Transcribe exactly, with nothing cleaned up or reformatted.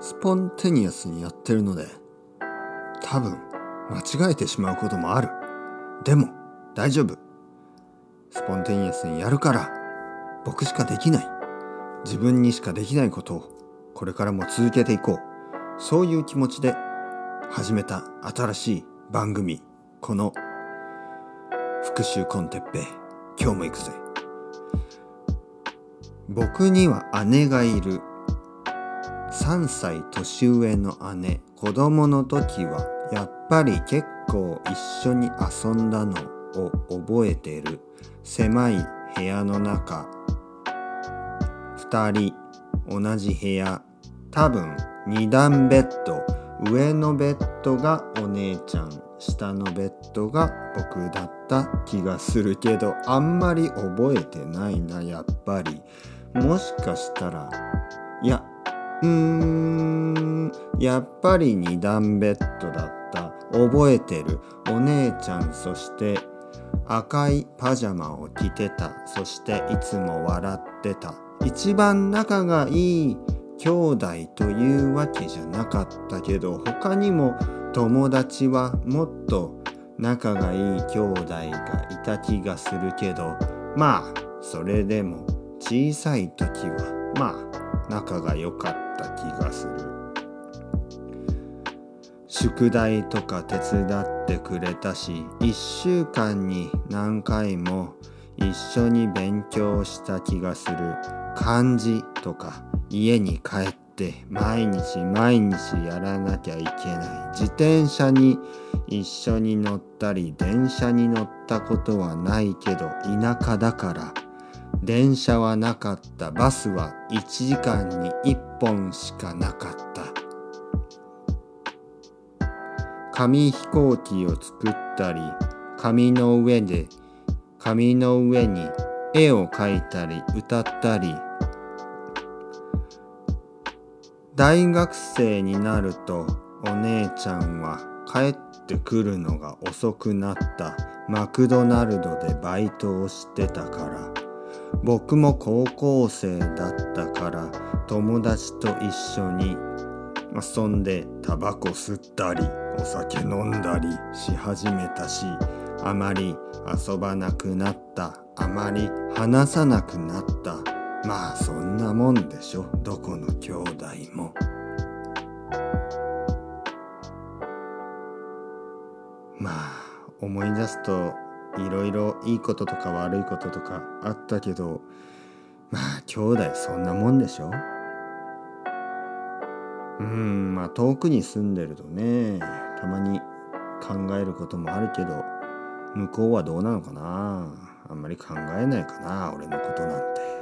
スポンテニアスにやってるので、多分間違えてしまうこともある。でも大丈夫。スポンテニアスにやるから、僕しかできない、自分にしかできないことをこれからも続けていこう。そういう気持ちで始めた新しい番組、この復習コンテッペイ、今日も行くぜ。僕には姉がいる。さんさい年上の姉。子供の時はやっぱり結構一緒に遊んだのを覚えてる。狭い部屋の中、二人同じ部屋、多分二段ベッド。上のベッドがお姉ちゃん、下のベッドが僕だった気がするけど、あんまり覚えてないな。やっぱりもしかしたら、いやうーんやっぱり二段ベッドだった。覚えてる。お姉ちゃん、そして赤いパジャマを着てた。そしていつも笑ってた。一番仲がいい兄弟というわけじゃなかったけど、他にも友達はもっと仲がいい兄弟がいた気がするけど、まあそれでも小さい時はまあ仲が良かった気がする。宿題とか手伝ってくれたし、一週間に何回も一緒に勉強した気がする。漢字とか家に帰って毎日毎日やらなきゃいけない。自転車に一緒に乗ったり、電車に乗ったことはないけど田舎だから電車はなかった。バスはいちじかんにいっぽんしかなかった。紙飛行機を作ったり、紙の上で紙の上に絵を描いたり歌ったり。大学生になるとお姉ちゃんは帰ってくるのが遅くなった。マクドナルドでバイトをしてたから。僕も高校生だったから友達と一緒に遊んでタバコ吸ったりお酒飲んだりし始めたし、あまり遊ばなくなった。あまり話さなくなった。まあそんなもんでしょ、どこの兄弟も。まあ思い出すといろいろいいこととか悪いこととかあったけど、まあ兄弟そんなもんでしょ。うーんまあ遠くに住んでるとね、たまに考えることもあるけど、向こうはどうなのかな。あんまり考えないかな、俺のことなんて。